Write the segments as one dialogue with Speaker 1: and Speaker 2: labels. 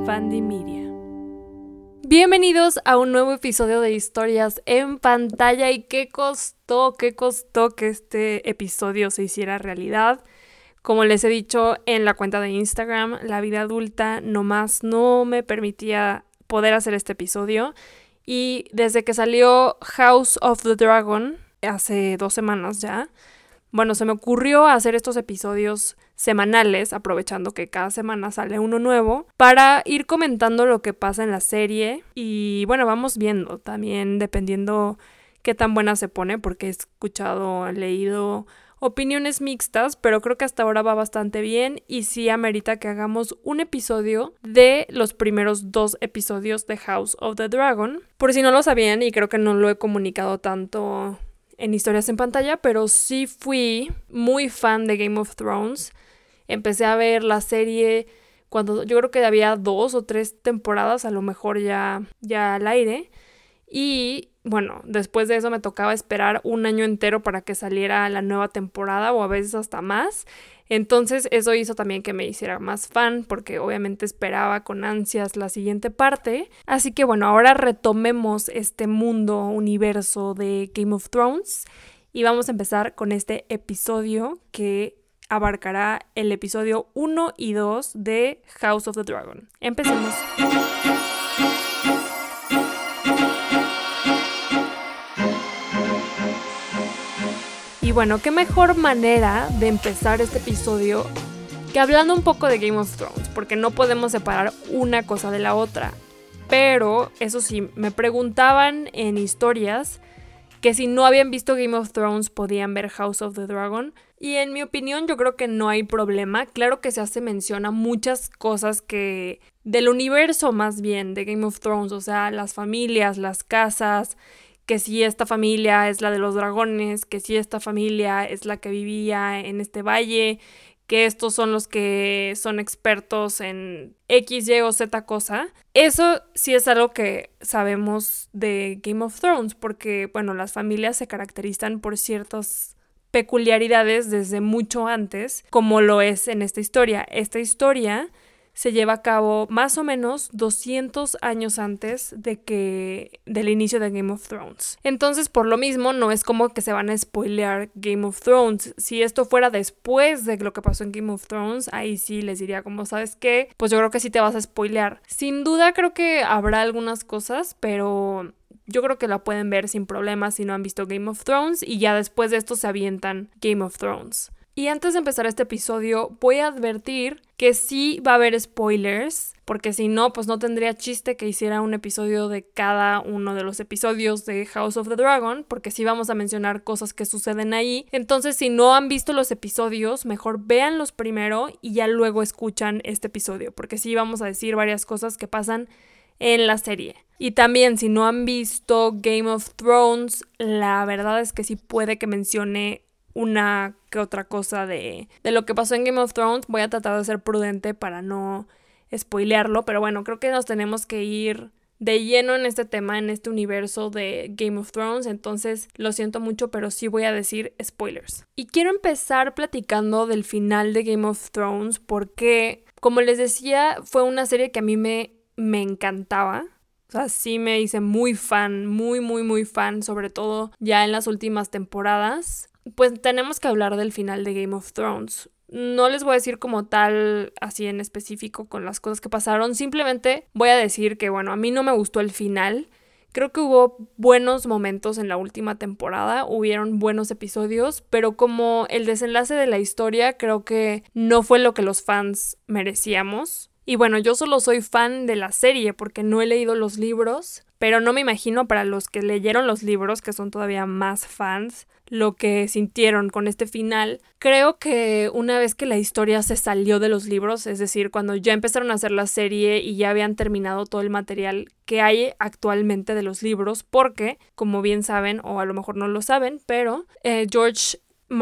Speaker 1: Pandimedia. Bienvenidos a un nuevo episodio de Historias en Pantalla. ¿Y qué costó que este episodio se hiciera realidad? Como les he dicho en la cuenta de Instagram, la vida adulta nomás no me permitía poder hacer este episodio. Y desde que salió House of the Dragon, hace 2 semanas ya, se me ocurrió hacer estos episodios semanales, aprovechando que cada semana sale uno nuevo, para ir comentando lo que pasa en la serie. Y vamos viendo también, dependiendo qué tan buena se pone, porque he leído opiniones mixtas, pero creo que hasta ahora va bastante bien y sí amerita que hagamos un episodio de los primeros 2 episodios de House of the Dragon. Por si no lo sabían, y creo que no lo he comunicado tanto en Historias en Pantalla, pero sí fui muy fan de Game of Thrones. Empecé a ver la serie cuando yo creo que había 2 o 3 temporadas, a lo mejor ya al aire. Y después de eso me tocaba esperar un año entero para que saliera la nueva temporada, o a veces hasta más. Entonces eso hizo también que me hiciera más fan, porque obviamente esperaba con ansias la siguiente parte. Así que ahora retomemos este universo de Game of Thrones y vamos a empezar con este episodio que abarcará el episodio 1 y 2 de House of the Dragon. Empecemos. Y qué mejor manera de empezar este episodio que hablando un poco de Game of Thrones, porque no podemos separar una cosa de la otra. Pero, eso sí, me preguntaban en historias que si no habían visto Game of Thrones podían ver House of the Dragon. Y en mi opinión yo creo que no hay problema. Claro que se hace mención a muchas cosas que del universo más bien de Game of Thrones, o sea, las familias, las casas, que si esta familia es la de los dragones, que si esta familia es la que vivía en este valle, que estos son los que son expertos en X, Y o Z cosa. Eso sí es algo que sabemos de Game of Thrones, porque las familias se caracterizan por ciertas peculiaridades desde mucho antes, como lo es en esta historia. Esta historia se lleva a cabo más o menos 200 años antes del inicio de Game of Thrones. Entonces, por lo mismo, no es como que se van a spoilear Game of Thrones. Si esto fuera después de lo que pasó en Game of Thrones, ahí sí les diría como, ¿sabes qué? Pues yo creo que sí te vas a spoilear. Sin duda creo que habrá algunas cosas, pero yo creo que la pueden ver sin problemas si no han visto Game of Thrones y ya después de esto se avientan Game of Thrones. Y antes de empezar este episodio, voy a advertir que sí va a haber spoilers, porque si no, pues no tendría chiste que hiciera un episodio de cada uno de los episodios de House of the Dragon, porque sí vamos a mencionar cosas que suceden ahí. Entonces, si no han visto los episodios, mejor véanlos primero y ya luego escuchan este episodio, porque sí vamos a decir varias cosas que pasan en la serie. Y también, si no han visto Game of Thrones, la verdad es que sí puede que mencione una que otra cosa de lo que pasó en Game of Thrones. Voy a tratar de ser prudente para no spoilearlo, pero creo que nos tenemos que ir de lleno en este tema, en este universo de Game of Thrones. Entonces, lo siento mucho, pero sí voy a decir spoilers. Y quiero empezar platicando del final de Game of Thrones, porque, como les decía, fue una serie que a mí me encantaba. O sea, sí me hice muy fan, muy, muy, muy fan, sobre todo ya en las últimas temporadas. Pues tenemos que hablar del final de Game of Thrones. No les voy a decir como tal, así en específico con las cosas que pasaron. Simplemente voy a decir que, a mí no me gustó el final. Creo que hubo buenos momentos en la última temporada, hubieron buenos episodios, pero como el desenlace de la historia creo que no fue lo que los fans merecíamos. Y yo solo soy fan de la serie porque no he leído los libros, pero no me imagino para los que leyeron los libros, que son todavía más fans, lo que sintieron con este final. Creo que una vez que la historia se salió de los libros, es decir, cuando ya empezaron a hacer la serie y ya habían terminado todo el material que hay actualmente de los libros, porque, como bien saben, o a lo mejor no lo saben, pero George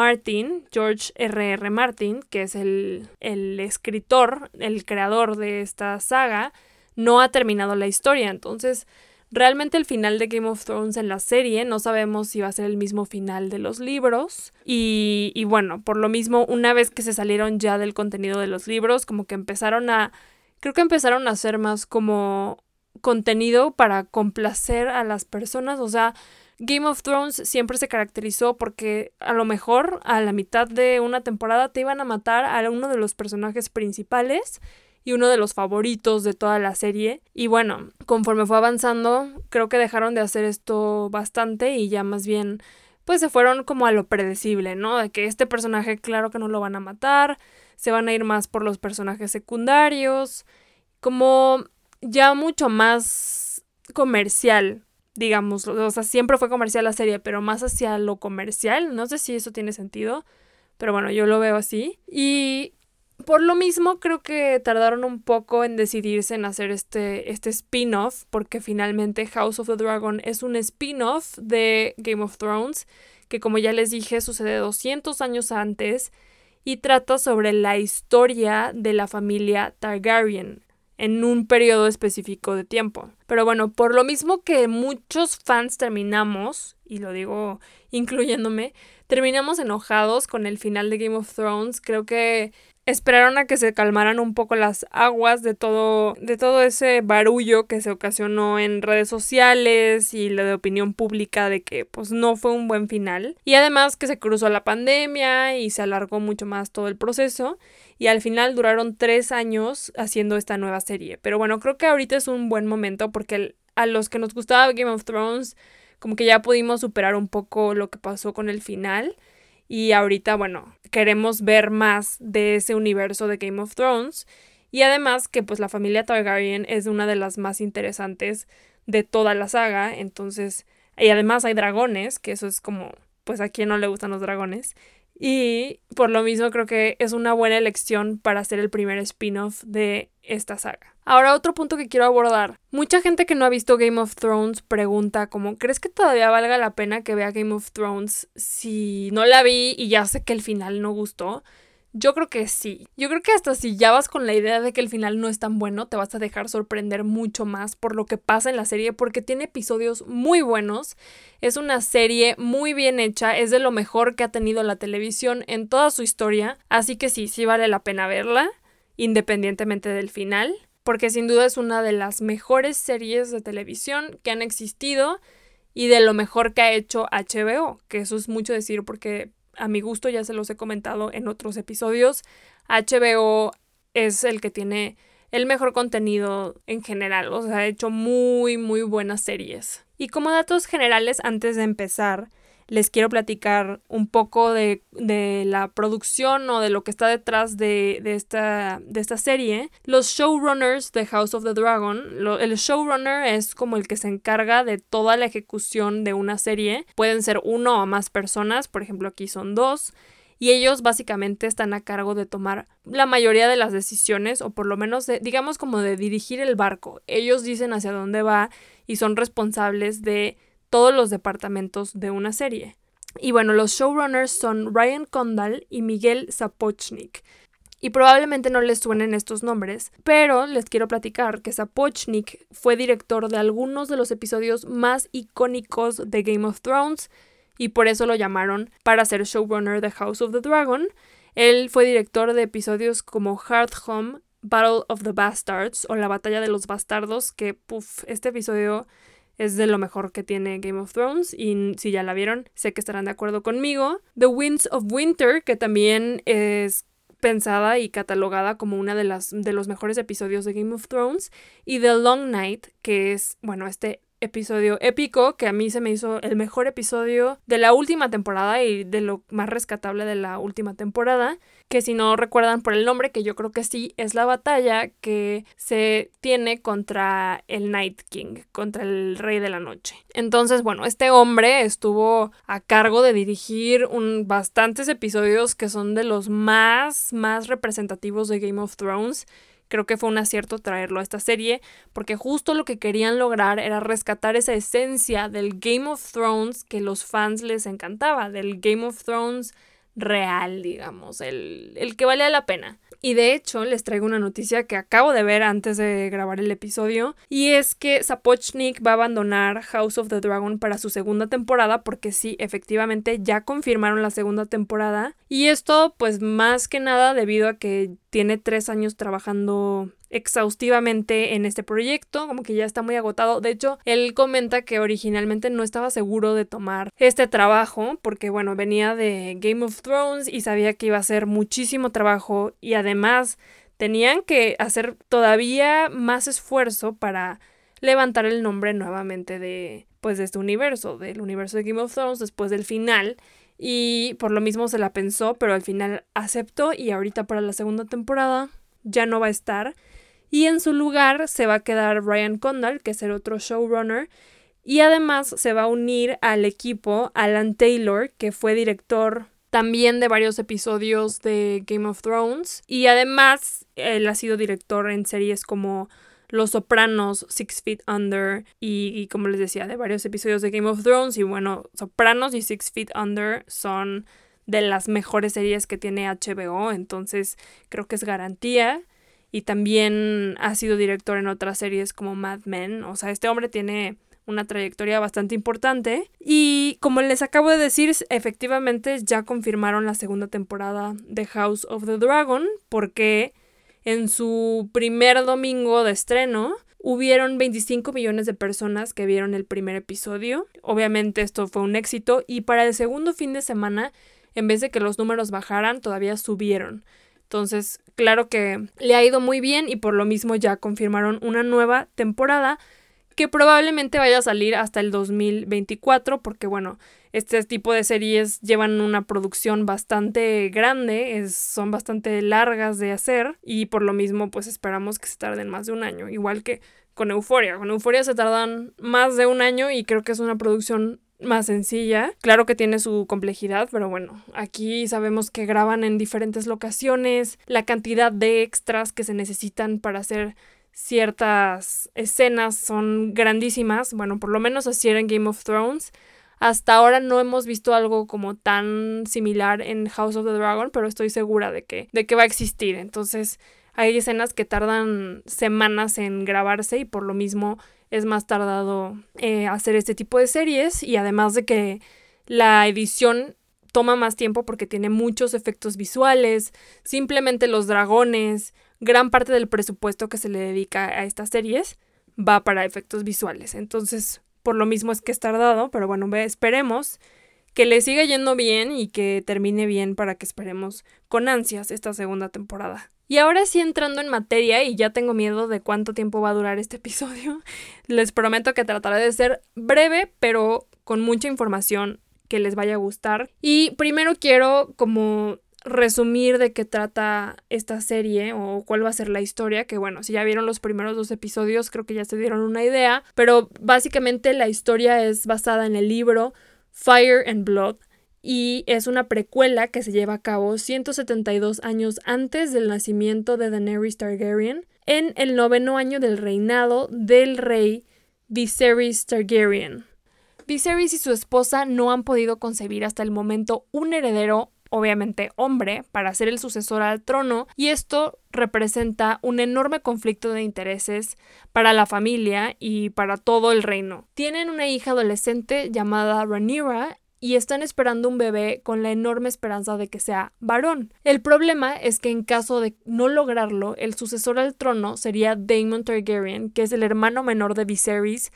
Speaker 1: R.R. Martin, que es el escritor, el creador de esta saga, no ha terminado la historia. Entonces, realmente el final de Game of Thrones en la serie no sabemos si va a ser el mismo final de los libros. Y por lo mismo, una vez que se salieron ya del contenido de los libros, como que empezaron a creo que empezaron a hacer más como contenido para complacer a las personas. O sea, Game of Thrones siempre se caracterizó porque a lo mejor a la mitad de una temporada te iban a matar a uno de los personajes principales y uno de los favoritos de toda la serie. Y bueno, conforme fue avanzando, creo que dejaron de hacer esto bastante y ya más bien pues se fueron como a lo predecible, ¿no? De que este personaje claro que no lo van a matar, se van a ir más por los personajes secundarios, como ya mucho más comercial, digamos. O sea, siempre fue comercial la serie, pero más hacia lo comercial. No sé si eso tiene sentido, pero bueno, yo lo veo así. Y por lo mismo creo que tardaron un poco en decidirse en hacer este spin-off, porque finalmente House of the Dragon es un spin-off de Game of Thrones, que como ya les dije sucede 200 años antes y trata sobre la historia de la familia Targaryen en un periodo específico de tiempo. Pero bueno, por lo mismo que muchos fans terminamos, y lo digo incluyéndome, terminamos enojados con el final de Game of Thrones. Creo que esperaron a que se calmaran un poco las aguas de todo ese barullo que se ocasionó en redes sociales y la de opinión pública de que pues no fue un buen final. Y además que se cruzó la pandemia y se alargó mucho más todo el proceso. Y al final duraron 3 años haciendo esta nueva serie. Pero bueno, creo que ahorita es un buen momento porque a los que nos gustaba Game of Thrones como que ya pudimos superar un poco lo que pasó con el final. Y ahorita, bueno, queremos ver más de ese universo de Game of Thrones. Y además que pues la familia Targaryen es una de las más interesantes de toda la saga. Entonces, y además hay dragones, que eso es como, pues a quien no le gustan los dragones. Y por lo mismo creo que es una buena elección para hacer el primer spin-off de esta saga. Ahora otro punto que quiero abordar. Mucha gente que no ha visto Game of Thrones pregunta como, ¿crees que todavía valga la pena que vea Game of Thrones si no la vi y ya sé que el final no gustó? Yo creo que sí. Yo creo que hasta si ya vas con la idea de que el final no es tan bueno, te vas a dejar sorprender mucho más por lo que pasa en la serie, porque tiene episodios muy buenos. Es una serie muy bien hecha, es de lo mejor que ha tenido la televisión en toda su historia. Así que sí vale la pena verla, independientemente del final, porque sin duda es una de las mejores series de televisión que han existido y de lo mejor que ha hecho HBO, que eso es mucho decir porque a mi gusto ya se los he comentado en otros episodios. HBO es el que tiene el mejor contenido en general, o sea, ha hecho muy buenas series. Y como datos generales, antes de empezar, les quiero platicar un poco de la producción o de lo que está detrás de esta serie. Los showrunners de House of the Dragon, el showrunner es como el que se encarga de toda la ejecución de una serie. Pueden ser 1 o más personas, por ejemplo aquí son 2. Y ellos básicamente están a cargo de tomar la mayoría de las decisiones, o por lo menos digamos como de dirigir el barco. Ellos dicen hacia dónde va y son responsables de todos los departamentos de una serie. Y bueno, los showrunners son Ryan Condal y Miguel Sapochnik. Y probablemente no les suenen estos nombres, pero les quiero platicar que Sapochnik fue director de algunos de los episodios más icónicos de Game of Thrones y por eso lo llamaron para ser showrunner de House of the Dragon. Él fue director de episodios como Hard Home, Battle of the Bastards o La Batalla de los Bastardos, que este episodio es de lo mejor que tiene Game of Thrones y si ya la vieron, sé que estarán de acuerdo conmigo. The Winds of Winter, que también es pensada y catalogada como una de los mejores episodios de Game of Thrones. Y The Long Night, que es, bueno, este episodio épico que a mí se me hizo el mejor episodio de la última temporada y de lo más rescatable de la última temporada, que si no recuerdan por el nombre, que yo creo que sí, es la batalla que se tiene contra el Night King, contra el Rey de la Noche. Entonces, bueno, este hombre estuvo a cargo de dirigir bastantes episodios que son de los más representativos de Game of Thrones. Creo que fue un acierto traerlo a esta serie porque justo lo que querían lograr era rescatar esa esencia del Game of Thrones que los fans les encantaba, del Game of Thrones real, digamos, el que valía la pena. Y de hecho, les traigo una noticia que acabo de ver antes de grabar el episodio, y es que Sapochnik va a abandonar House of the Dragon para su segunda temporada, porque sí, efectivamente ya confirmaron la segunda temporada, y esto pues más que nada debido a que tiene 3 años trabajando exhaustivamente en este proyecto, como que ya está muy agotado. De hecho, él comenta que originalmente no estaba seguro de tomar este trabajo porque, bueno, venía de Game of Thrones y sabía que iba a ser muchísimo trabajo y además tenían que hacer todavía más esfuerzo para levantar el nombre nuevamente de este universo, del universo de Game of Thrones después del final. Y por lo mismo se la pensó, pero al final aceptó y ahorita para la segunda temporada ya no va a estar. Y en su lugar se va a quedar Ryan Condal, que es el otro showrunner. Y además se va a unir al equipo Alan Taylor, que fue director también de varios episodios de Game of Thrones. Y además él ha sido director en series como Los Sopranos, Six Feet Under y como les decía, de varios episodios de Game of Thrones. Y bueno, Sopranos y Six Feet Under son de las mejores series que tiene HBO, entonces creo que es garantía. Y también ha sido director en otras series como Mad Men. O sea, este hombre tiene una trayectoria bastante importante. Y como les acabo de decir, efectivamente ya confirmaron la segunda temporada de House of the Dragon, porque en su primer domingo de estreno hubieron 25 millones de personas que vieron el primer episodio. Obviamente esto fue un éxito y para el segundo fin de semana, en vez de que los números bajaran, todavía subieron. Entonces, claro que le ha ido muy bien y por lo mismo ya confirmaron una nueva temporada que probablemente vaya a salir hasta el 2024 porque, bueno, este tipo de series llevan una producción bastante grande, son bastante largas de hacer y por lo mismo pues esperamos que se tarden más de un año, igual que con Euphoria. Con Euphoria se tardan más de un año y creo que es una producción más sencilla. Claro que tiene su complejidad, pero bueno, aquí sabemos que graban en diferentes locaciones, la cantidad de extras que se necesitan para hacer ciertas escenas son grandísimas. Bueno, por lo menos así era en Game of Thrones. Hasta ahora no hemos visto algo como tan similar en House of the Dragon, pero estoy segura de que va a existir. Entonces hay escenas que tardan semanas en grabarse y por lo mismo es más tardado hacer este tipo de series y además de que la edición toma más tiempo porque tiene muchos efectos visuales, simplemente los dragones, gran parte del presupuesto que se le dedica a estas series va para efectos visuales. Entonces, por lo mismo es que es tardado, pero bueno, esperemos que le siga yendo bien y que termine bien para que esperemos con ansias esta segunda temporada. Y ahora sí entrando en materia, y ya tengo miedo de cuánto tiempo va a durar este episodio, les prometo que trataré de ser breve, pero con mucha información que les vaya a gustar. Y primero quiero como resumir de qué trata esta serie o cuál va a ser la historia, que bueno, si ya vieron los primeros 2 episodios creo que ya se dieron una idea, pero básicamente la historia es basada en el libro Fire and Blood, y es una precuela que se lleva a cabo 172 años antes del nacimiento de Daenerys Targaryen, en el 9º año del reinado del rey Viserys Targaryen. Viserys y su esposa no han podido concebir hasta el momento un heredero, obviamente hombre, para ser el sucesor al trono, y esto representa un enorme conflicto de intereses para la familia y para todo el reino. Tienen una hija adolescente llamada Rhaenyra y están esperando un bebé con la enorme esperanza de que sea varón. El problema es que en caso de no lograrlo, el sucesor al trono sería Daemon Targaryen, que es el hermano menor de Viserys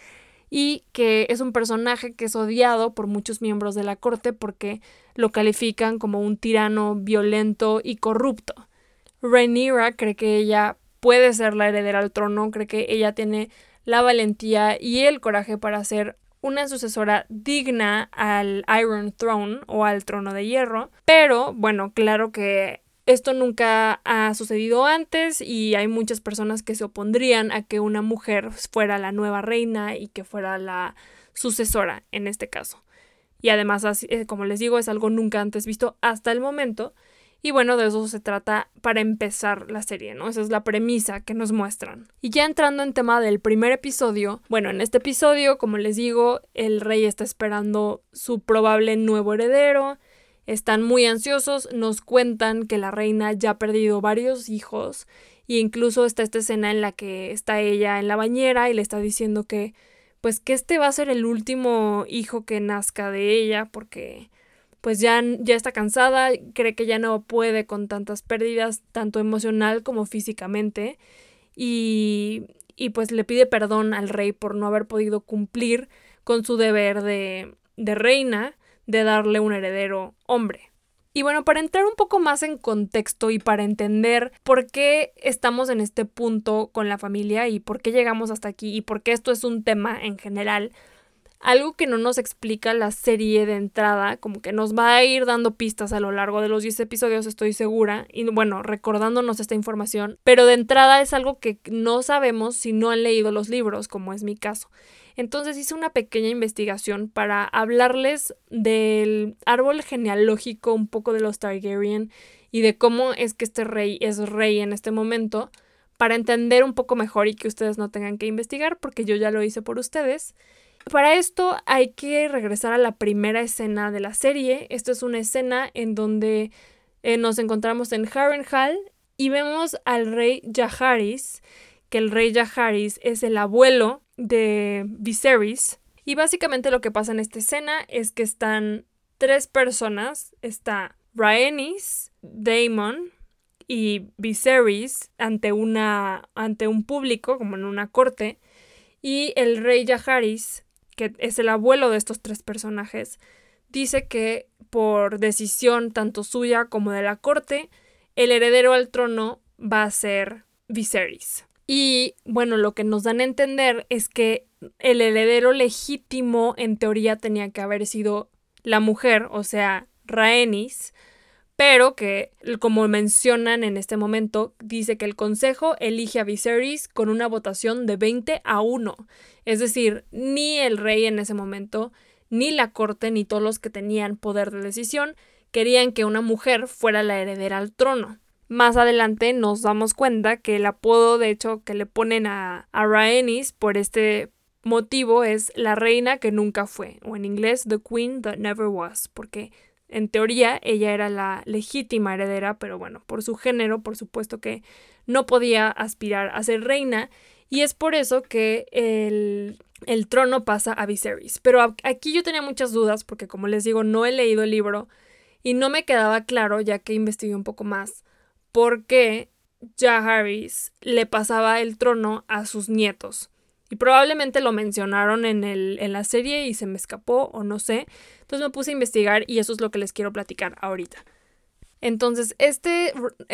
Speaker 1: y que es un personaje que es odiado por muchos miembros de la corte porque lo califican como un tirano violento y corrupto. Rhaenyra cree que ella puede ser la heredera al trono, cree que ella tiene la valentía y el coraje para ser una sucesora digna al Iron Throne o al Trono de Hierro, pero bueno, claro que esto nunca ha sucedido antes y hay muchas personas que se opondrían a que una mujer fuera la nueva reina y que fuera la sucesora en este caso. Y además, como les digo, es algo nunca antes visto hasta el momento. Y bueno, de eso se trata para empezar la serie, ¿no? Esa es la premisa que nos muestran. Y ya entrando en tema del primer episodio, bueno, en este episodio, como les digo, el rey está esperando su probable nuevo heredero Están muy ansiosos, nos cuentan que la reina ya ha perdido varios hijos e incluso está esta escena en la que está ella en la bañera y le está diciendo que pues que este va a ser el último hijo que nazca de ella porque pues ya está cansada, cree que ya no puede con tantas pérdidas, tanto emocional como físicamente, y pues le pide perdón al rey por no haber podido cumplir con su deber de reina, de darle un heredero hombre. Y bueno, para entrar un poco más en contexto y para entender por qué estamos en este punto con la familia y por qué llegamos hasta aquí y por qué esto es un tema en general, algo que no nos explica la serie de entrada, como que nos va a ir dando pistas a lo largo de los 10 episodios, estoy segura, y bueno, recordándonos esta información, pero de entrada es algo que no sabemos si no han leído los libros, como es mi caso. Entonces hice una pequeña investigación para hablarles del árbol genealógico un poco de los Targaryen y de cómo es que este rey es rey en este momento, para entender un poco mejor y que ustedes no tengan que investigar, porque yo ya lo hice por ustedes. Para esto hay que regresar a la primera escena de la serie. Esta es una escena en donde nos encontramos en Harrenhal y vemos al rey Jaehaerys, que el rey Jaehaerys es el abuelo de Viserys. Y básicamente lo que pasa en esta escena es que están 3 personas. Está Rhaenys, Daemon y Viserys ante un público, como en una corte. Y el rey Jaehaerys, que es el abuelo de estos 3 personajes, dice que por decisión tanto suya como de la corte, el heredero al trono va a ser Viserys. Y bueno, lo que nos dan a entender es que el heredero legítimo en teoría tenía que haber sido la mujer, o sea, Rhaenys, pero que, como mencionan en este momento, dice que el consejo elige a Viserys con una votación de 20-1. Es decir, ni el rey en ese momento, ni la corte, ni todos los que tenían poder de decisión querían que una mujer fuera la heredera al trono. Más adelante nos damos cuenta que el apodo, de hecho, que le ponen a Rhaenys por este motivo es la reina que nunca fue, o en inglés, The Queen That Never Was, porque en teoría ella era la legítima heredera, pero bueno, por su género, por supuesto que no podía aspirar a ser reina, y es por eso que el trono pasa a Viserys. Pero aquí yo tenía muchas dudas, porque como les digo, no he leído el libro, y no me quedaba claro, ya que investigué un poco más, por qué Jaehaerys le pasaba el trono a sus nietos. Y probablemente lo mencionaron en la serie y se me escapó o no sé. Entonces me puse a investigar y eso es lo que les quiero platicar ahorita. Entonces este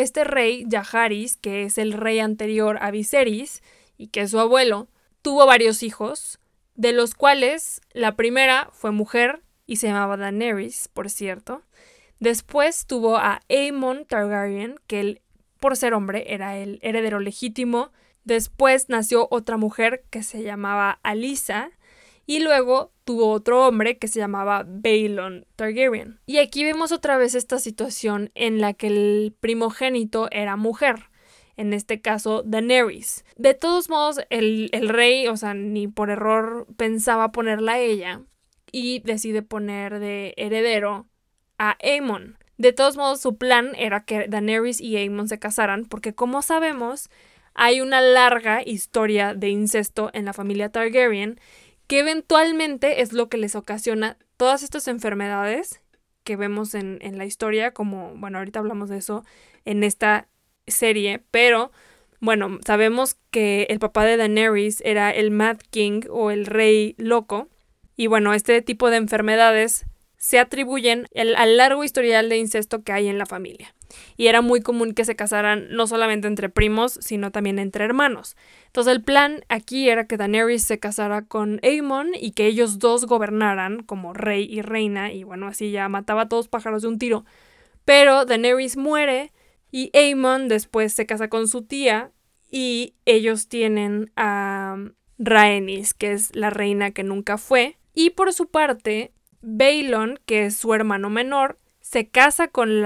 Speaker 1: rey Jaehaerys, que es el rey anterior a Viserys y que es su abuelo, tuvo varios hijos, de los cuales la primera fue mujer y se llamaba Daenerys, por cierto. Después tuvo a Aemon Targaryen, que él, por ser hombre, era el heredero legítimo. Después nació otra mujer que se llamaba Alyssa. Y luego tuvo otro hombre que se llamaba Baelon Targaryen. Y aquí vemos otra vez esta situación en la que el primogénito era mujer. En este caso, Daenerys. De todos modos, el rey, o sea, ni por error pensaba ponerla a ella. Y decide poner de heredero a Aemon. De todos modos, su plan era que Daenerys y Aemon se casaran, porque como sabemos, hay una larga historia de incesto en la familia Targaryen, que eventualmente es lo que les ocasiona todas estas enfermedades que vemos en la historia, como, bueno, ahorita hablamos de eso en esta serie, pero bueno, sabemos que el papá de Daenerys era el Mad King o el rey loco, y bueno, este tipo de enfermedades se atribuyen al largo historial de incesto que hay en la familia. Y era muy común que se casaran no solamente entre primos, sino también entre hermanos. Entonces el plan aquí era que Daenerys se casara con Aemon y que ellos dos gobernaran como rey y reina, y bueno, así ya mataba a todos pájaros de un tiro. Pero Daenerys muere y Aemon después se casa con su tía y ellos tienen a Rhaenys, que es la reina que nunca fue. Y por su parte, Baelon, que es su hermano menor, se casa con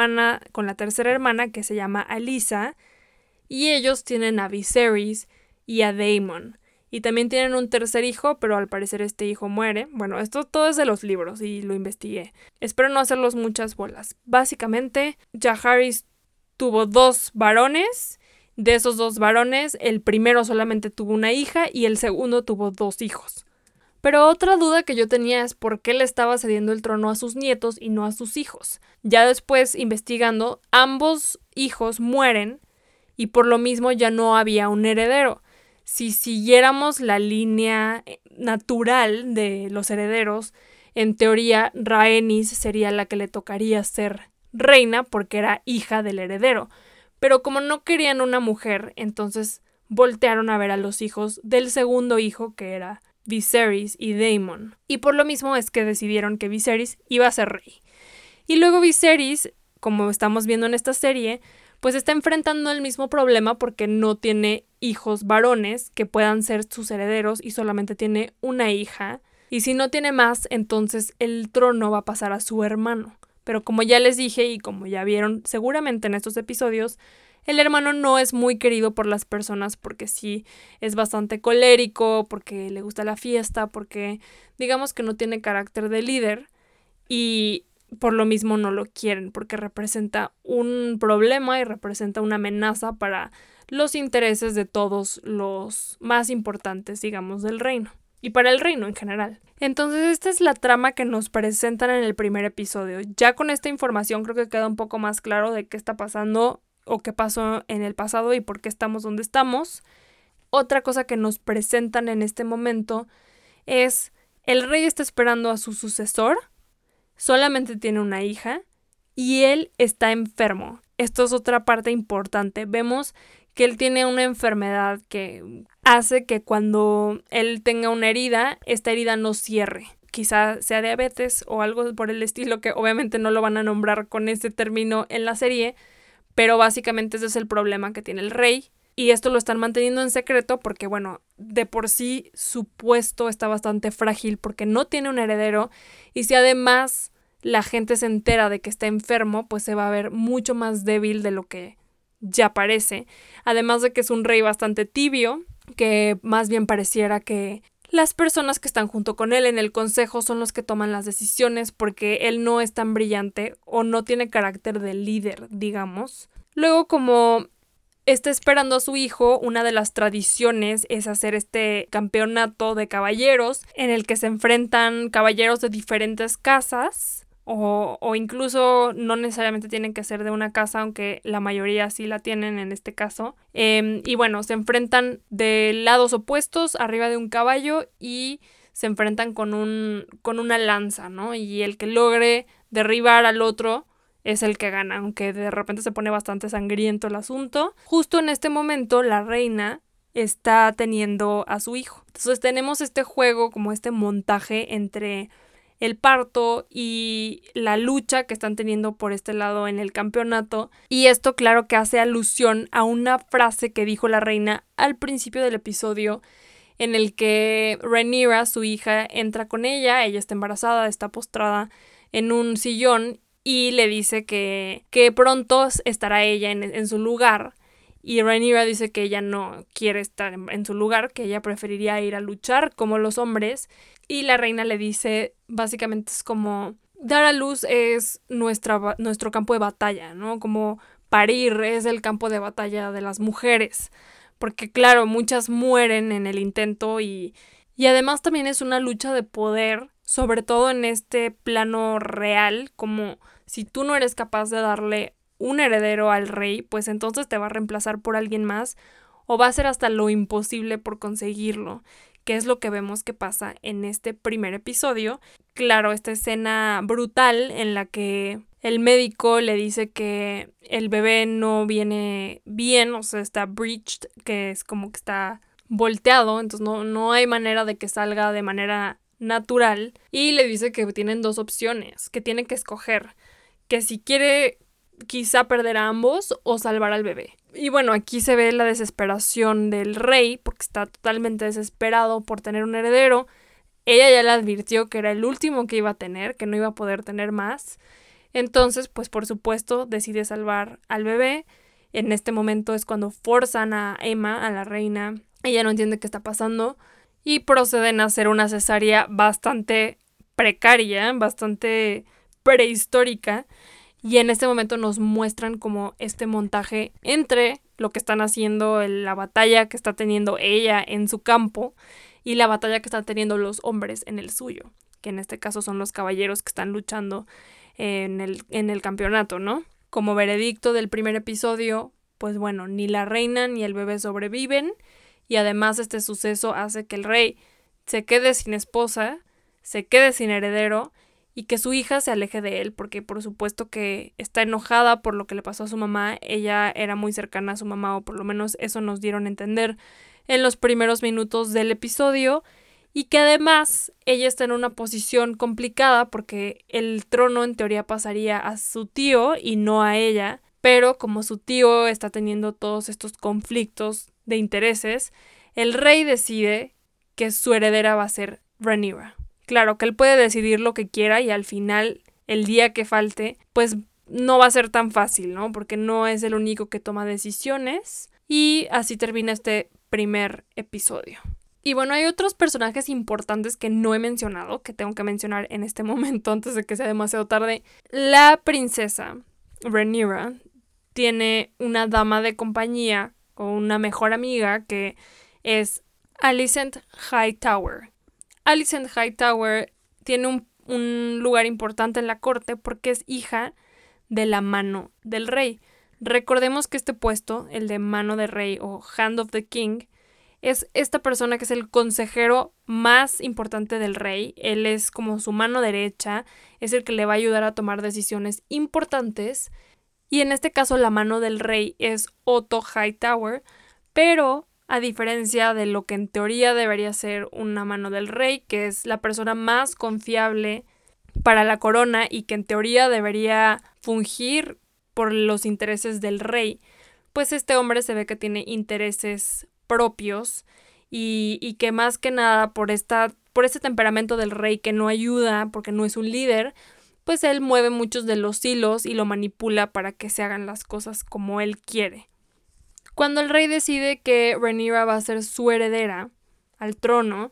Speaker 1: la tercera hermana que se llama Alyssa, y ellos tienen a Viserys y a Daemon. Y también tienen un tercer hijo, pero al parecer este hijo muere. Bueno, esto todo es de los libros y lo investigué. Espero no hacerlos muchas bolas. Básicamente, Jaehaerys tuvo 2 varones. De esos 2 varones, el primero solamente tuvo una hija y el segundo tuvo 2 hijos. Pero otra duda que yo tenía es por qué le estaba cediendo el trono a sus nietos y no a sus hijos. Ya después, investigando, ambos hijos mueren y por lo mismo ya no había un heredero. Si siguiéramos la línea natural de los herederos, en teoría Rhaenys sería la que le tocaría ser reina porque era hija del heredero. Pero como no querían una mujer, entonces voltearon a ver a los hijos del segundo hijo, que era Viserys y Daemon. Y por lo mismo es que decidieron que Viserys iba a ser rey. Y luego Viserys, como estamos viendo en esta serie, pues está enfrentando el mismo problema porque no tiene hijos varones que puedan ser sus herederos y solamente tiene una hija. Y si no tiene más, entonces el trono va a pasar a su hermano. Pero como ya les dije y como ya vieron seguramente en estos episodios, el hermano no es muy querido por las personas porque sí es bastante colérico, porque le gusta la fiesta, porque digamos que no tiene carácter de líder y por lo mismo no lo quieren, porque representa un problema y representa una amenaza para los intereses de todos los más importantes, digamos, del reino. Y para el reino en general. Entonces esta es la trama que nos presentan en el primer episodio. Ya con esta información creo que queda un poco más claro de qué está pasando o qué pasó en el pasado y por qué estamos donde estamos. Otra cosa que nos presentan en este momento es el rey está esperando a su sucesor, solamente tiene una hija y él está enfermo. Esto es otra parte importante. Vemos que él tiene una enfermedad que hace que cuando él tenga una herida, esta herida no cierre. Quizá sea diabetes o algo por el estilo, que obviamente no lo van a nombrar con ese término en la serie, pero básicamente ese es el problema que tiene el rey. Y esto lo están manteniendo en secreto porque, bueno, de por sí su puesto está bastante frágil porque no tiene un heredero. Y si además la gente se entera de que está enfermo, pues se va a ver mucho más débil de lo que ya parece. Además de que es un rey bastante tibio, que más bien pareciera que las personas que están junto con él en el consejo son los que toman las decisiones porque él no es tan brillante o no tiene carácter de líder, digamos. Luego, como está esperando a su hijo, una de las tradiciones es hacer este campeonato de caballeros en el que se enfrentan caballeros de diferentes casas. O incluso no necesariamente tienen que ser de una casa, aunque la mayoría sí la tienen en este caso. Y bueno, se enfrentan de lados opuestos arriba de un caballo y se enfrentan con una lanza, ¿no? Y el que logre derribar al otro es el que gana, aunque de repente se pone bastante sangriento el asunto. Justo en este momento la reina está teniendo a su hijo. Entonces tenemos este juego, como este montaje entre el parto y la lucha que están teniendo por este lado en el campeonato. Y esto claro que hace alusión a una frase que dijo la reina al principio del episodio, en el que Rhaenyra, su hija, entra con ella está embarazada, está postrada en un sillón y le dice que pronto estará ella en su lugar. Y Rhaenyra dice que ella no quiere estar en su lugar, que ella preferiría ir a luchar como los hombres. Y la reina le dice, básicamente es como, dar a luz es nuestro campo de batalla, ¿no? Como parir es el campo de batalla de las mujeres. Porque claro, muchas mueren en el intento y además también es una lucha de poder, sobre todo en este plano real, como si tú no eres capaz de darle un heredero al rey, pues entonces te va a reemplazar por alguien más o va a hacer hasta lo imposible por conseguirlo, que es lo que vemos que pasa en este primer episodio. Claro, esta escena brutal en la que el médico le dice que el bebé no viene bien, o sea, está breached, que es como que está volteado, entonces no hay manera de que salga de manera natural, y le dice que tienen 2 opciones, que tiene que escoger, que si quiere quizá perder a ambos o salvar al bebé. Y bueno, aquí se ve la desesperación del rey porque está totalmente desesperado por tener un heredero. Ella ya le advirtió que era el último que iba a tener, que no iba a poder tener más. Entonces, pues por supuesto, decide salvar al bebé. En este momento es cuando forzan a Aemma, a la reina, Ella no entiende qué está pasando y proceden a hacer una cesárea bastante precaria, bastante prehistórica. Y en este momento nos muestran como este montaje entre lo que están haciendo, la batalla que está teniendo ella en su campo y la batalla que están teniendo los hombres en el suyo, que en este caso son los caballeros que están luchando en el campeonato, ¿no? Como veredicto del primer episodio, pues bueno, ni la reina ni el bebé sobreviven y además este suceso hace que el rey se quede sin esposa, se quede sin heredero y que su hija se aleje de él, porque por supuesto que está enojada por lo que le pasó a su mamá. Ella era muy cercana a su mamá, o por lo menos eso nos dieron a entender en los primeros minutos del episodio, y que además ella está en una posición complicada porque el trono en teoría pasaría a su tío y no a ella, pero como su tío está teniendo todos estos conflictos de intereses, el rey decide que su heredera va a ser Rhaenyra. Claro que él puede decidir lo que quiera y al final, el día que falte, pues no va a ser tan fácil, ¿no? Porque no es el único que toma decisiones. Y así termina este primer episodio. Y bueno, hay otros personajes importantes que no he mencionado, que tengo que mencionar en este momento antes de que sea demasiado tarde. La princesa Rhaenyra tiene una dama de compañía o una mejor amiga que es Alicent Hightower. Alicent Hightower tiene un lugar importante en la corte porque es hija de la mano del rey. Recordemos que este puesto, el de mano del rey o Hand of the King, es esta persona que es el consejero más importante del rey. Él es como su mano derecha, es el que le va a ayudar a tomar decisiones importantes. Y en este caso la mano del rey es Otto Hightower, pero a diferencia de lo que en teoría debería ser una mano del rey, que es la persona más confiable para la corona y que en teoría debería fungir por los intereses del rey, pues este hombre se ve que tiene intereses propios y que más que nada por ese temperamento del rey que no ayuda porque no es un líder, pues él mueve muchos de los hilos y lo manipula para que se hagan las cosas como él quiere. Cuando el rey decide que Rhaenyra va a ser su heredera al trono,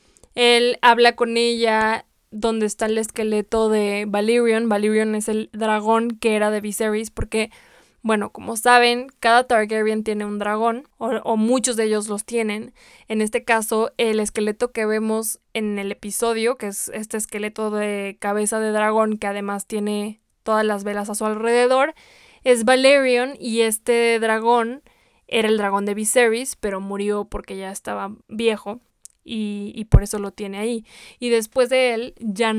Speaker 1: él habla con ella donde está el esqueleto de Valyrian. Valyrian es el dragón que era de Viserys porque, bueno, como saben, cada Targaryen tiene un dragón, o muchos de ellos los tienen. En este caso, el esqueleto que vemos en el episodio, que es este esqueleto de cabeza de dragón que además tiene todas las velas a su alrededor, es Valyrian, y este dragón era el dragón de Viserys, pero murió porque ya estaba viejo y por eso lo tiene ahí. Y después de él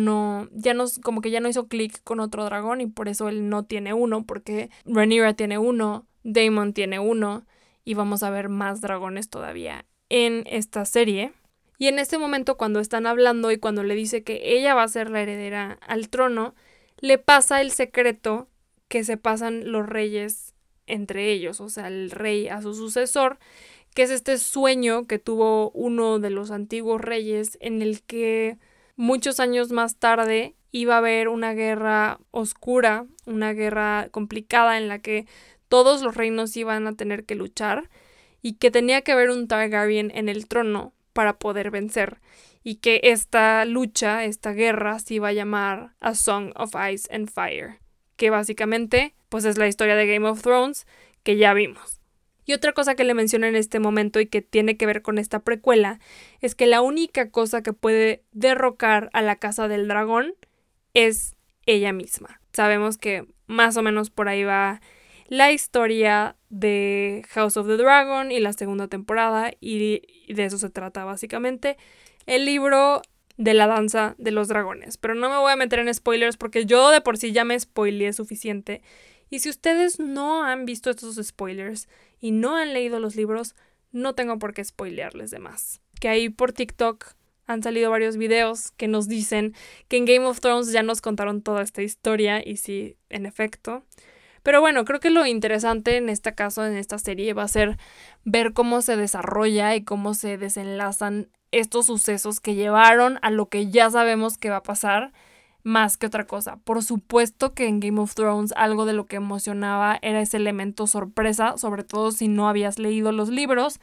Speaker 1: como que ya no hizo clic con otro dragón y por eso él no tiene uno, porque Rhaenyra tiene uno, Daemon tiene uno y vamos a ver más dragones todavía en esta serie. Y en este momento cuando están hablando y cuando le dice que ella va a ser la heredera al trono, le pasa el secreto que se pasan los reyes entre ellos, o sea, el rey a su sucesor, que es este sueño que tuvo uno de los antiguos reyes en el que muchos años más tarde iba a haber una guerra oscura, una guerra complicada en la que todos los reinos iban a tener que luchar y que tenía que haber un Targaryen en el trono para poder vencer, y que esta lucha, esta guerra se iba a llamar A Song of Ice and Fire, que básicamente pues es la historia de Game of Thrones que ya vimos. Y otra cosa que le menciono en este momento y que tiene que ver con esta precuela es que la única cosa que puede derrocar a la Casa del Dragón es ella misma. Sabemos que más o menos por ahí va la historia de House of the Dragon y la segunda temporada, y de eso se trata básicamente el libro de la danza de los dragones. Pero no me voy a meter en spoilers porque yo de por sí ya me spoileé suficiente. Y si ustedes no han visto estos spoilers y no han leído los libros, no tengo por qué spoilearles de más. Que ahí por TikTok han salido varios videos que nos dicen que en Game of Thrones ya nos contaron toda esta historia, y sí, en efecto. Pero bueno, creo que lo interesante en este caso, en esta serie, va a ser ver cómo se desarrolla y cómo se desenlazan estos sucesos que llevaron a lo que ya sabemos que va a pasar, más que otra cosa. Por supuesto que en Game of Thrones algo de lo que emocionaba era ese elemento sorpresa, sobre todo si no habías leído los libros,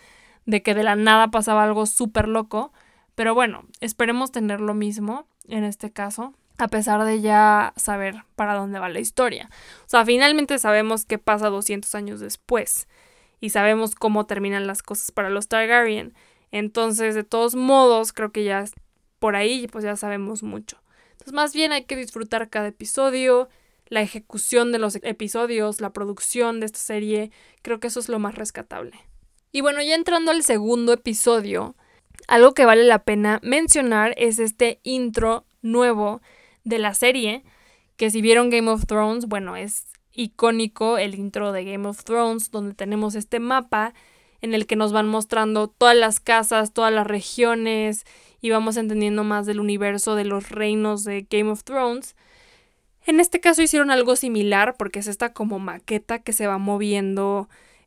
Speaker 1: de que de la nada pasaba algo súper loco. Pero bueno, esperemos tener lo mismo en este caso, a pesar de ya saber para dónde va la historia. O sea, finalmente sabemos qué pasa 200 años después y sabemos cómo terminan las cosas para los Targaryen. Entonces, de todos modos, creo que ya por ahí pues ya sabemos mucho. Entonces, más bien hay que disfrutar cada episodio, la ejecución de los episodios, la producción de esta serie. Creo que eso es lo más rescatable. Y bueno, ya entrando al segundo episodio, algo que vale la pena mencionar es este intro nuevo de la serie, que si vieron Game of Thrones, bueno, es icónico el intro de Game of Thrones, donde tenemos este mapa en el que nos van mostrando todas las casas, todas las regiones, y vamos entendiendo más del universo de los reinos de Game of Thrones. En este caso hicieron algo similar, porque es esta como maqueta que se va moviendo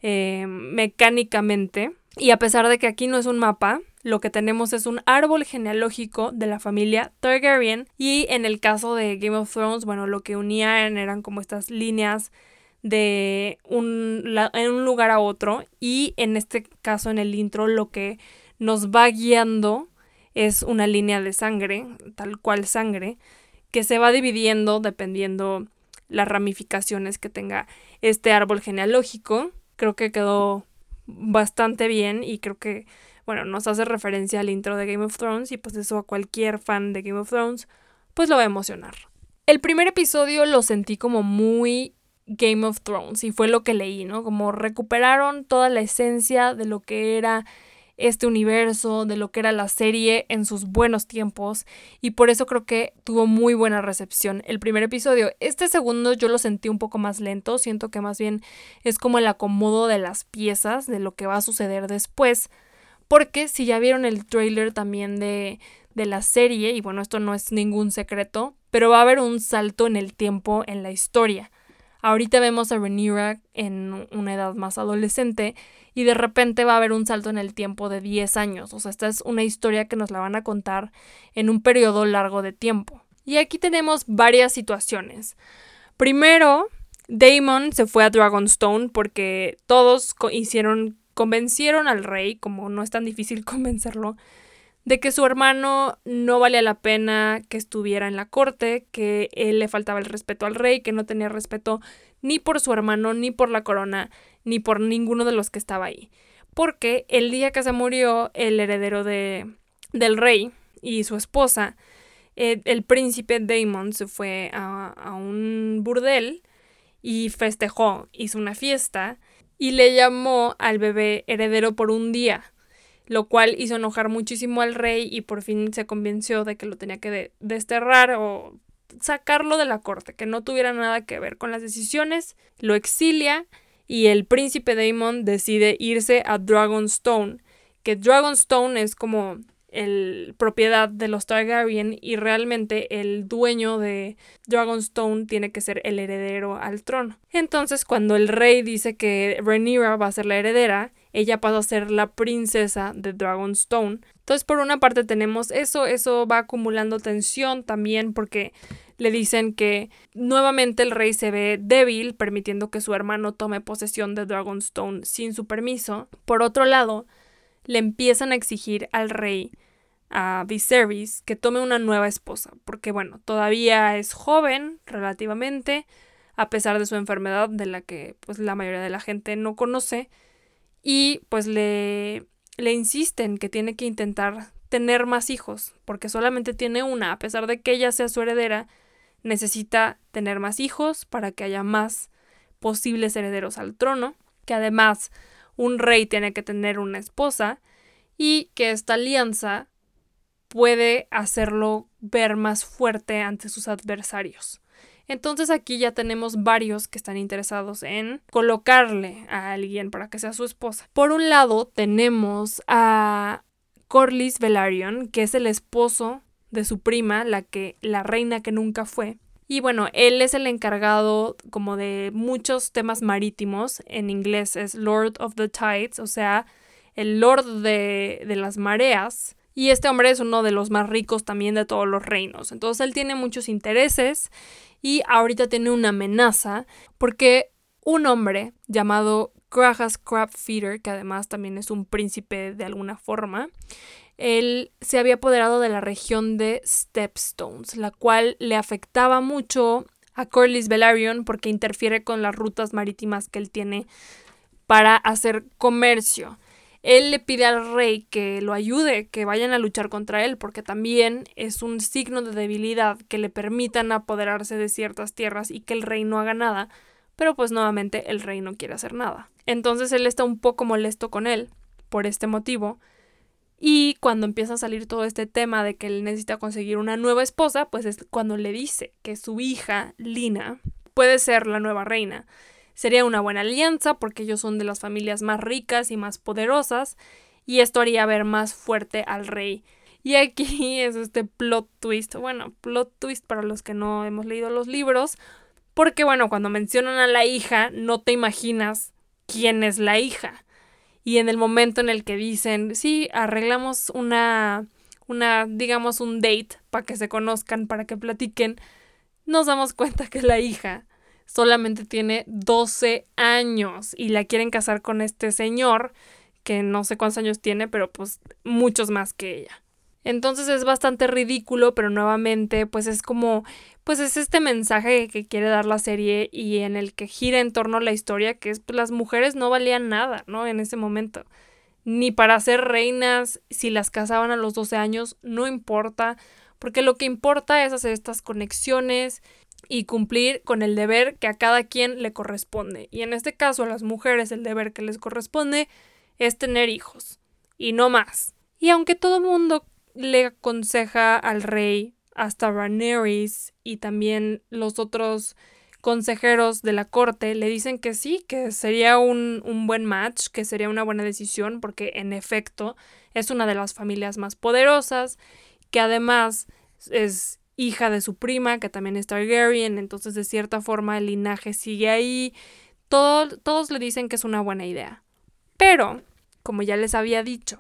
Speaker 1: mecánicamente. Y a pesar de que aquí no es un mapa, lo que tenemos es un árbol genealógico de la familia Targaryen. Y en el caso de Game of Thrones, bueno, lo que unían eran como estas líneas de en un lugar a otro. Y en este caso, en el intro, lo que nos va guiando es una línea de sangre, tal cual sangre, que se va dividiendo dependiendo las ramificaciones que tenga este árbol genealógico. Creo que quedó bastante bien y creo que, bueno, nos hace referencia al intro de Game of Thrones y pues eso a cualquier fan de Game of Thrones pues lo va a emocionar. El primer episodio lo sentí como muy Game of Thrones y fue lo que leí, ¿no? Como recuperaron toda la esencia de lo que era este universo, de lo que era la serie en sus buenos tiempos, y por eso creo que tuvo muy buena recepción el primer episodio. Este segundo yo lo sentí un poco más lento, siento que más bien es como el acomodo de las piezas de lo que va a suceder después, porque si ya vieron el tráiler también de la serie, y bueno, esto no es ningún secreto, pero va a haber un salto en el tiempo en la historia. Ahorita vemos a Rhaenyra en una edad más adolescente y de repente va a haber un salto en el tiempo de 10 años. O sea, esta es una historia que nos la van a contar en un periodo largo de tiempo. Y aquí tenemos varias situaciones. Primero, Daemon se fue a Dragonstone porque todos convencieron al rey, como no es tan difícil convencerlo, de que su hermano no valía la pena que estuviera en la corte, que él le faltaba el respeto al rey, que no tenía respeto ni por su hermano, ni por la corona, ni por ninguno de los que estaba ahí. Porque el día que se murió el heredero del rey y su esposa, el príncipe Daemon se fue a un burdel y festejó, hizo una fiesta y le llamó al bebé heredero por un día, lo cual hizo enojar muchísimo al rey y por fin se convenció de que lo tenía que desterrar o sacarlo de la corte, que no tuviera nada que ver con las decisiones, lo exilia y el príncipe Daemon decide irse a Dragonstone, que Dragonstone es como propiedad de los Targaryen y realmente el dueño de Dragonstone tiene que ser el heredero al trono. Entonces, cuando el rey dice que Rhaenyra va a ser la heredera, ella pasa a ser la princesa de Dragonstone. Entonces, por una parte tenemos eso va acumulando tensión también porque le dicen que nuevamente el rey se ve débil, permitiendo que su hermano tome posesión de Dragonstone sin su permiso. Por otro lado, le empiezan a exigir al rey, a Viserys, que tome una nueva esposa, porque bueno, todavía es joven relativamente, a pesar de su enfermedad de la que pues la mayoría de la gente no conoce, y pues le insisten que tiene que intentar tener más hijos, porque solamente tiene una, a pesar de que ella sea su heredera, necesita tener más hijos para que haya más posibles herederos al trono, que además un rey tiene que tener una esposa y que esta alianza puede hacerlo ver más fuerte ante sus adversarios. Entonces aquí ya tenemos varios que están interesados en colocarle a alguien para que sea su esposa. Por un lado tenemos a Corlys Velaryon, que es el esposo de su prima, la reina que nunca fue. Y bueno, él es el encargado como de muchos temas marítimos. En inglés es Lord of the Tides, o sea, el Lord de las mareas. Y este hombre es uno de los más ricos también de todos los reinos. Entonces él tiene muchos intereses y ahorita tiene una amenaza porque un hombre llamado Graham Crabfeeder, que además también es un príncipe de alguna forma, él se había apoderado de la región de Stepstones, la cual le afectaba mucho a Corlys Velaryon porque interfiere con las rutas marítimas que él tiene para hacer comercio. Él le pide al rey que lo ayude, que vayan a luchar contra él, porque también es un signo de debilidad que le permitan apoderarse de ciertas tierras y que el rey no haga nada, pero pues nuevamente el rey no quiere hacer nada. Entonces él está un poco molesto con él por este motivo, y cuando empieza a salir todo este tema de que él necesita conseguir una nueva esposa, pues es cuando le dice que su hija, Lina, puede ser la nueva reina. Sería una buena alianza porque ellos son de las familias más ricas y más poderosas, y esto haría ver más fuerte al rey. Y aquí es este plot twist para los que no hemos leído los libros, porque cuando mencionan a la hija no te imaginas quién es la hija. Y en el momento en el que dicen, sí, arreglamos digamos un date para que se conozcan, para que platiquen, nos damos cuenta que la hija solamente tiene 12 años y la quieren casar con este señor que no sé cuántos años tiene, pero pues muchos más que ella. Entonces es bastante ridículo, pero nuevamente pues es como, pues es este mensaje que quiere dar la serie y en el que gira en torno a la historia, que es pues las mujeres no valían nada, ¿no? En ese momento. Ni para ser reinas, si las casaban a los 12 años, no importa, porque lo que importa es hacer estas conexiones y cumplir con el deber que a cada quien le corresponde. Y en este caso a las mujeres el deber que les corresponde es tener hijos, y no más. Y aunque todo mundo le aconseja al rey, hasta Rhaenyra y también los otros consejeros de la corte le dicen que sí, que sería un buen match, que sería una buena decisión, porque en efecto es una de las familias más poderosas, que además es hija de su prima, que también es Targaryen, entonces de cierta forma el linaje sigue ahí. Todos le dicen que es una buena idea. Pero, como ya les había dicho,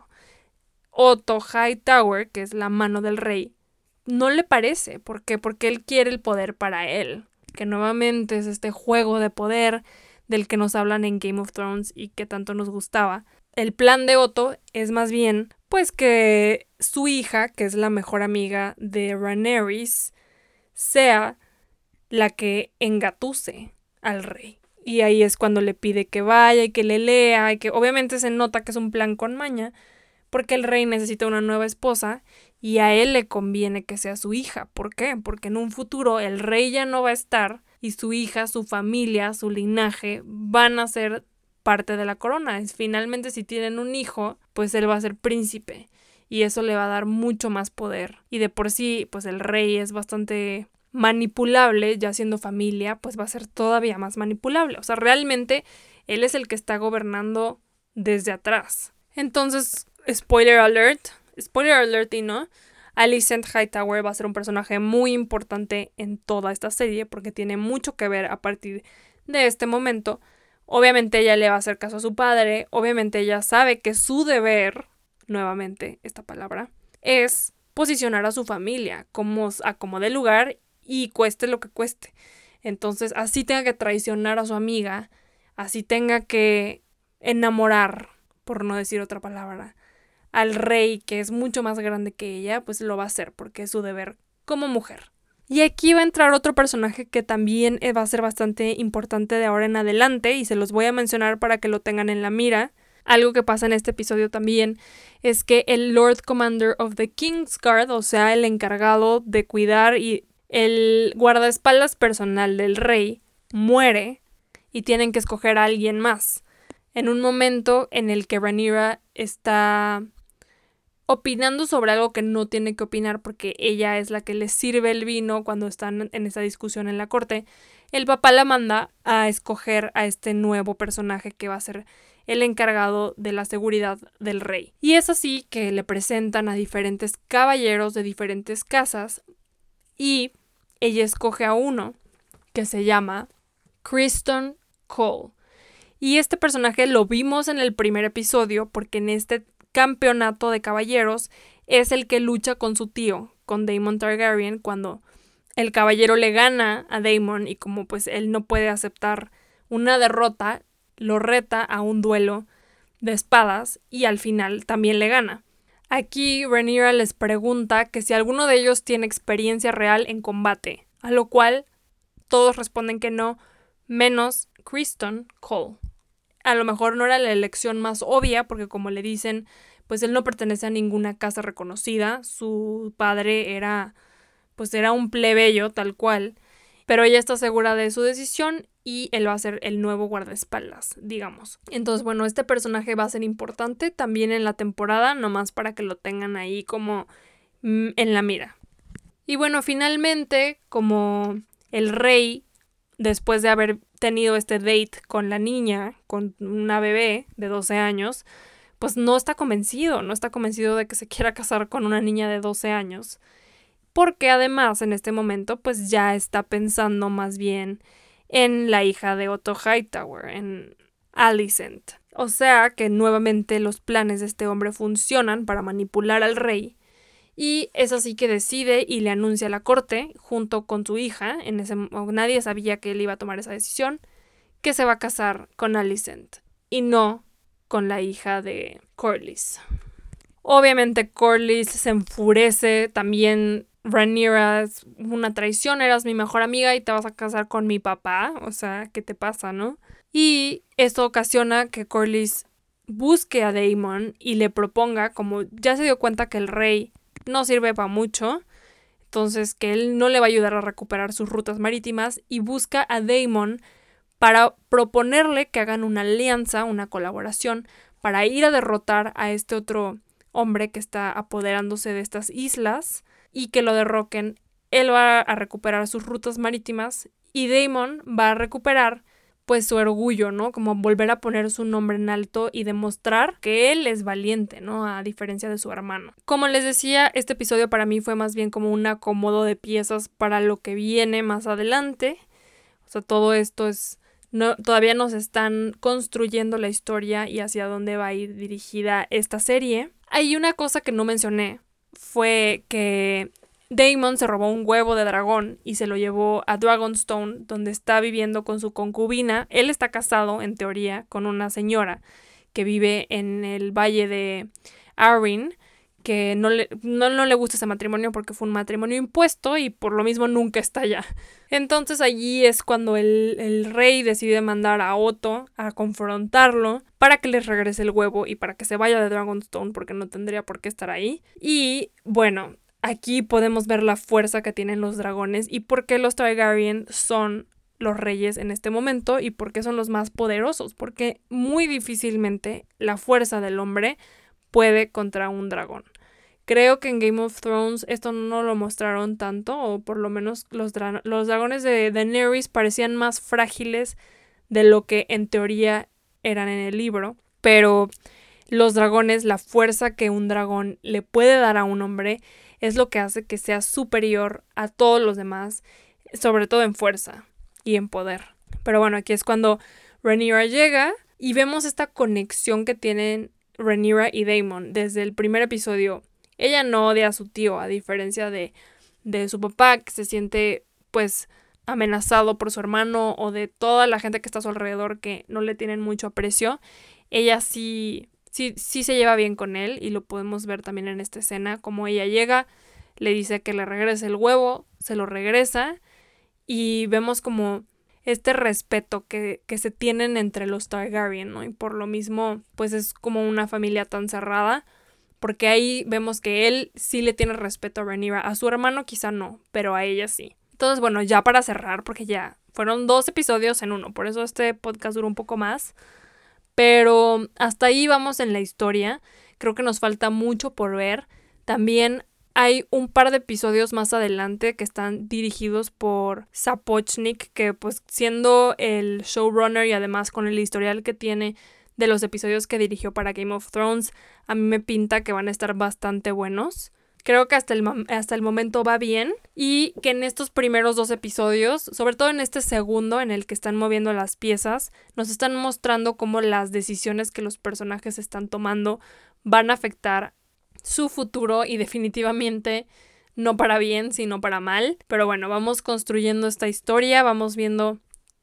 Speaker 1: Otto Hightower, que es la mano del rey, no le parece. ¿Por qué? Porque él quiere el poder para él. Que nuevamente es este juego de poder del que nos hablan en Game of Thrones y que tanto nos gustaba. El plan de Otto es más bien, pues que su hija, que es la mejor amiga de Rhaenyra, sea la que engatuse al rey. Y ahí es cuando le pide que vaya y que le lea y que obviamente se nota que es un plan con maña, porque el rey necesita una nueva esposa y a él le conviene que sea su hija. ¿Por qué? Porque en un futuro el rey ya no va a estar y su hija, su familia, su linaje van a ser parte de la corona. Finalmente, si tienen un hijo, pues él va a ser príncipe y eso le va a dar mucho más poder. Y de por sí, pues el rey es bastante manipulable, ya siendo familia, pues va a ser todavía más manipulable. O sea, realmente él es el que está gobernando desde atrás. Entonces, spoiler alert y no, Alicent Hightower va a ser un personaje muy importante en toda esta serie porque tiene mucho que ver a partir de este momento. Obviamente ella le va a hacer caso a su padre, obviamente ella sabe que su deber, nuevamente esta palabra, es posicionar a su familia como de lugar y cueste lo que cueste. Entonces, así tenga que traicionar a su amiga, así tenga que enamorar, por no decir otra palabra, al rey, que es mucho más grande que ella, pues lo va a hacer porque es su deber como mujer. Y aquí va a entrar otro personaje que también va a ser bastante importante de ahora en adelante y se los voy a mencionar para que lo tengan en la mira. Algo que pasa en este episodio también es que el Lord Commander of the Kingsguard, o sea, el encargado de cuidar y el guardaespaldas personal del rey, muere y tienen que escoger a alguien más. En un momento en el que Rhaenyra está opinando sobre algo que no tiene que opinar porque ella es la que le sirve el vino cuando están en esa discusión en la corte, el papá la manda a escoger a este nuevo personaje que va a ser el encargado de la seguridad del rey. Y es así que le presentan a diferentes caballeros de diferentes casas y ella escoge a uno que se llama Criston Cole. Y este personaje lo vimos en el primer episodio porque en este campeonato de caballeros es el que lucha con su tío, con Daemon Targaryen, cuando el caballero le gana a Daemon y como pues él no puede aceptar una derrota, lo reta a un duelo de espadas y al final también le gana. Aquí Rhaenyra les pregunta que si alguno de ellos tiene experiencia real en combate, a lo cual todos responden que no, menos Criston Cole. A lo mejor no era la elección más obvia porque, como le dicen, pues él no pertenece a ninguna casa reconocida, su padre era un plebeyo tal cual, pero ella está segura de su decisión y él va a ser el nuevo guardaespaldas, digamos. Entonces, bueno, este personaje va a ser importante también en la temporada, nomás para que lo tengan ahí como en la mira. Y bueno, finalmente, como el rey, después de haber tenido este date con la niña, con una bebé de 12 años, pues no está convencido de que se quiera casar con una niña de 12 años. Porque además en este momento pues ya está pensando más bien en la hija de Otto Hightower, en Alicent. O sea que nuevamente los planes de este hombre funcionan para manipular al rey. Y es así que decide y le anuncia a la corte, junto con su hija, nadie sabía que él iba a tomar esa decisión, que se va a casar con Alicent y no con la hija de Corlys. Obviamente Corlys se enfurece, también Rhaenyra es una traición, eras mi mejor amiga y te vas a casar con mi papá, o sea, ¿qué te pasa, no? Y esto ocasiona que Corlys busque a Daemon y le proponga, como ya se dio cuenta que el rey no sirve para mucho, entonces que él no le va a ayudar a recuperar sus rutas marítimas, y busca a Daemon para proponerle que hagan una alianza, una colaboración, para ir a derrotar a este otro hombre que está apoderándose de estas islas y que lo derroquen. Él va a recuperar sus rutas marítimas y Daemon va a recuperar pues su orgullo, ¿no? Como volver a poner su nombre en alto y demostrar que él es valiente, ¿no? A diferencia de su hermano. Como les decía, este episodio para mí fue más bien como un acomodo de piezas para lo que viene más adelante. O sea, todo esto es... todavía nos están construyendo la historia y hacia dónde va a ir dirigida esta serie. Hay una cosa que no mencioné, fue que Daemon se robó un huevo de dragón y se lo llevó a Dragonstone, donde está viviendo con su concubina. Él está casado, en teoría, con una señora que vive en el valle de Arryn, que no le gusta ese matrimonio porque fue un matrimonio impuesto y por lo mismo nunca está allá. Entonces allí es cuando el rey decide mandar a Otto a confrontarlo para que les regrese el huevo y para que se vaya de Dragonstone porque no tendría por qué estar ahí. Y bueno, aquí podemos ver la fuerza que tienen los dragones y por qué los Targaryen son los reyes en este momento y por qué son los más poderosos, porque muy difícilmente la fuerza del hombre puede contra un dragón. Creo que en Game of Thrones esto no lo mostraron tanto, o por lo menos los dragones de Daenerys parecían más frágiles de lo que en teoría eran en el libro, pero los dragones, la fuerza que un dragón le puede dar a un hombre es lo que hace que sea superior a todos los demás, sobre todo en fuerza y en poder. Pero bueno, aquí es cuando Rhaenyra llega y vemos esta conexión que tienen Rhaenyra y Daemon desde el primer episodio. Ella no odia a su tío, a diferencia de su papá, que se siente pues amenazado por su hermano o de toda la gente que está a su alrededor que no le tienen mucho aprecio. Ella sí se lleva bien con él y lo podemos ver también en esta escena, como ella llega, le dice que le regrese el huevo, se lo regresa y vemos como este respeto que se tienen entre los Targaryen, ¿no? Y por lo mismo pues es como una familia tan cerrada, porque ahí vemos que él sí le tiene respeto a Rhaenyra, a su hermano quizá no, pero a ella sí. Entonces bueno, ya para cerrar, porque ya fueron 2 episodios en uno, por eso este podcast duró un poco más. Pero hasta ahí vamos en la historia. Creo que nos falta mucho por ver. También hay un par de episodios más adelante que están dirigidos por Sapochnik, que pues siendo el showrunner y además con el historial que tiene de los episodios que dirigió para Game of Thrones, a mí me pinta que van a estar bastante buenos. Creo que hasta el momento va bien y que en estos primeros 2 episodios, sobre todo en este segundo en el que están moviendo las piezas, nos están mostrando cómo las decisiones que los personajes están tomando van a afectar su futuro y definitivamente no para bien, sino para mal. Pero bueno, vamos construyendo esta historia, vamos viendo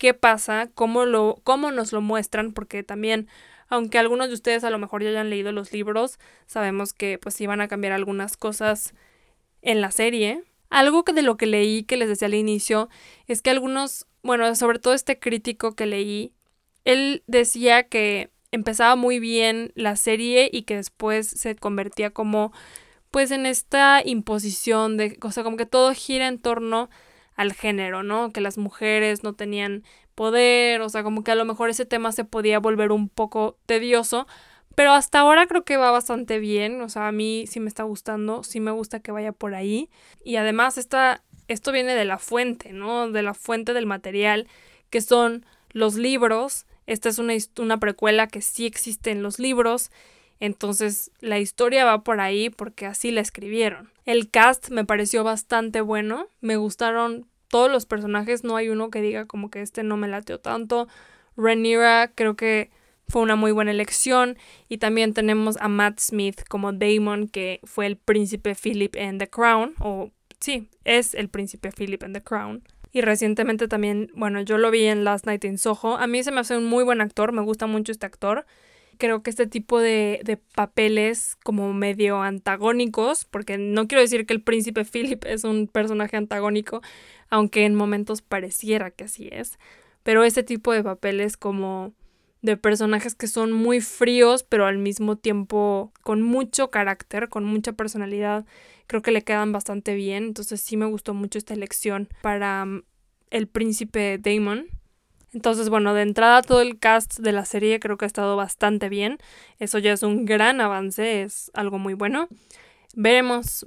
Speaker 1: qué pasa, cómo nos lo muestran, porque también, aunque algunos de ustedes a lo mejor ya hayan leído los libros, sabemos que pues iban a cambiar algunas cosas en la serie. Algo de lo que leí, que les decía al inicio, es que algunos, bueno, sobre todo este crítico que leí, él decía que empezaba muy bien la serie y que después se convertía como pues en esta imposición de, o sea, como que todo gira en torno al género, ¿no? Que las mujeres no tenían poder, o sea, como que a lo mejor ese tema se podía volver un poco tedioso, pero hasta ahora creo que va bastante bien, o sea, a mí sí me está gustando, sí me gusta que vaya por ahí, y además esto viene de la fuente, ¿no? De la fuente del material, que son los libros. Esta es una precuela que sí existe en los libros. Entonces la historia va por ahí porque así la escribieron. El cast me pareció bastante bueno. Me gustaron todos los personajes. No hay uno que diga como que este no me lateó tanto. Rhaenyra creo que fue una muy buena elección. Y también tenemos a Matt Smith como Daemon, que fue el príncipe Philip en The Crown. O sí, es el príncipe Philip en The Crown. Y recientemente también, bueno, yo lo vi en Last Night in Soho. A mí se me hace un muy buen actor. Me gusta mucho este actor. Creo que este tipo de papeles como medio antagónicos, porque no quiero decir que el príncipe Philip es un personaje antagónico, aunque en momentos pareciera que así es, pero ese tipo de papeles como de personajes que son muy fríos, pero al mismo tiempo con mucho carácter, con mucha personalidad, creo que le quedan bastante bien. Entonces sí me gustó mucho esta elección para el príncipe Daemon. Entonces, bueno, de entrada todo el cast de la serie creo que ha estado bastante bien. Eso ya es un gran avance, es algo muy bueno. Veamos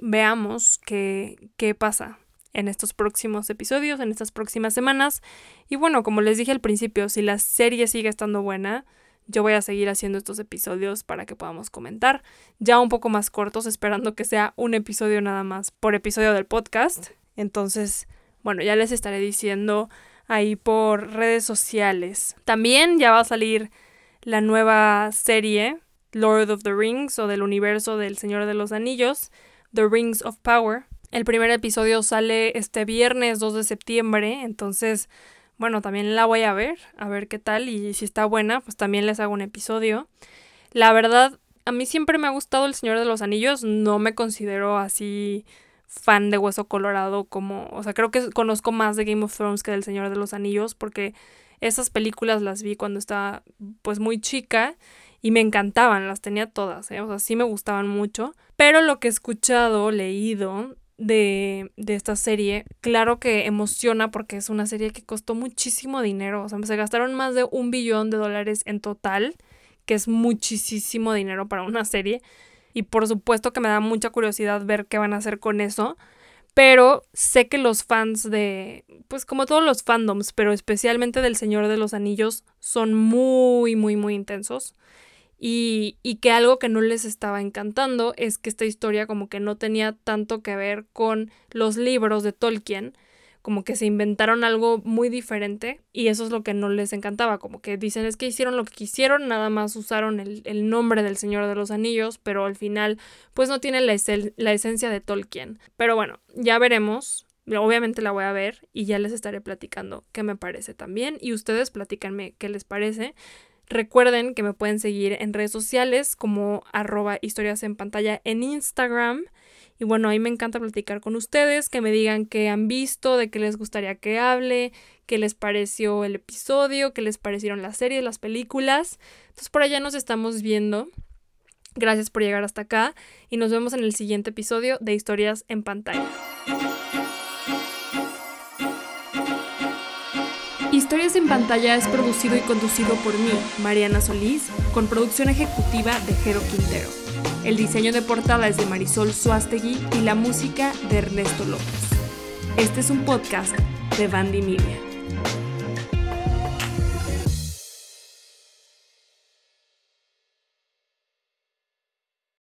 Speaker 1: qué pasa en estos próximos episodios, en estas próximas semanas. Y bueno, como les dije al principio, si la serie sigue estando buena, yo voy a seguir haciendo estos episodios para que podamos comentar. Ya un poco más cortos, esperando que sea un episodio nada más por episodio del podcast. Entonces, bueno, ya les estaré diciendo ahí por redes sociales. También ya va a salir la nueva serie Lord of the Rings, o del universo del Señor de los Anillos, The Rings of Power. El primer episodio sale este viernes 2 de septiembre, entonces, bueno, también la voy a ver qué tal, y si está buena, pues también les hago un episodio. La verdad, a mí siempre me ha gustado el Señor de los Anillos, no me considero así fan de hueso colorado como, o sea, creo que conozco más de Game of Thrones que del Señor de los Anillos, porque esas películas las vi cuando estaba pues muy chica y me encantaban, las tenía todas, o sea, sí me gustaban mucho, pero lo que he escuchado, leído de esta serie, claro que emociona porque es una serie que costó muchísimo dinero, o sea, se gastaron más de $1 billón en total, que es muchísimo dinero para una serie. Y por supuesto que me da mucha curiosidad ver qué van a hacer con eso. Pero sé que los fans pues como todos los fandoms, pero especialmente del Señor de los Anillos, son muy, muy, muy intensos. Y que algo que no les estaba encantando es que esta historia como que no tenía tanto que ver con los libros de Tolkien. Como que se inventaron algo muy diferente y eso es lo que no les encantaba, como que dicen es que hicieron lo que quisieron, nada más usaron el nombre del Señor de los Anillos, pero al final pues no tiene la esencia de Tolkien. Pero bueno, ya veremos, obviamente la voy a ver y ya les estaré platicando qué me parece también, y ustedes platícanme qué les parece. Recuerden que me pueden seguir en redes sociales como @historiasenpantalla en Instagram. Y bueno, ahí me encanta platicar con ustedes, que me digan qué han visto, de qué les gustaría que hable, qué les pareció el episodio, qué les parecieron las series, las películas. Entonces por allá nos estamos viendo. Gracias por llegar hasta acá y nos vemos en el siguiente episodio de Historias en Pantalla. Historias en Pantalla es producido y conducido por mí, Mariana Solís, con producción ejecutiva de Jero Quintero. El diseño de portada es de Marisol Suástegui y la música de Ernesto López. Este es un podcast de Bandy Media.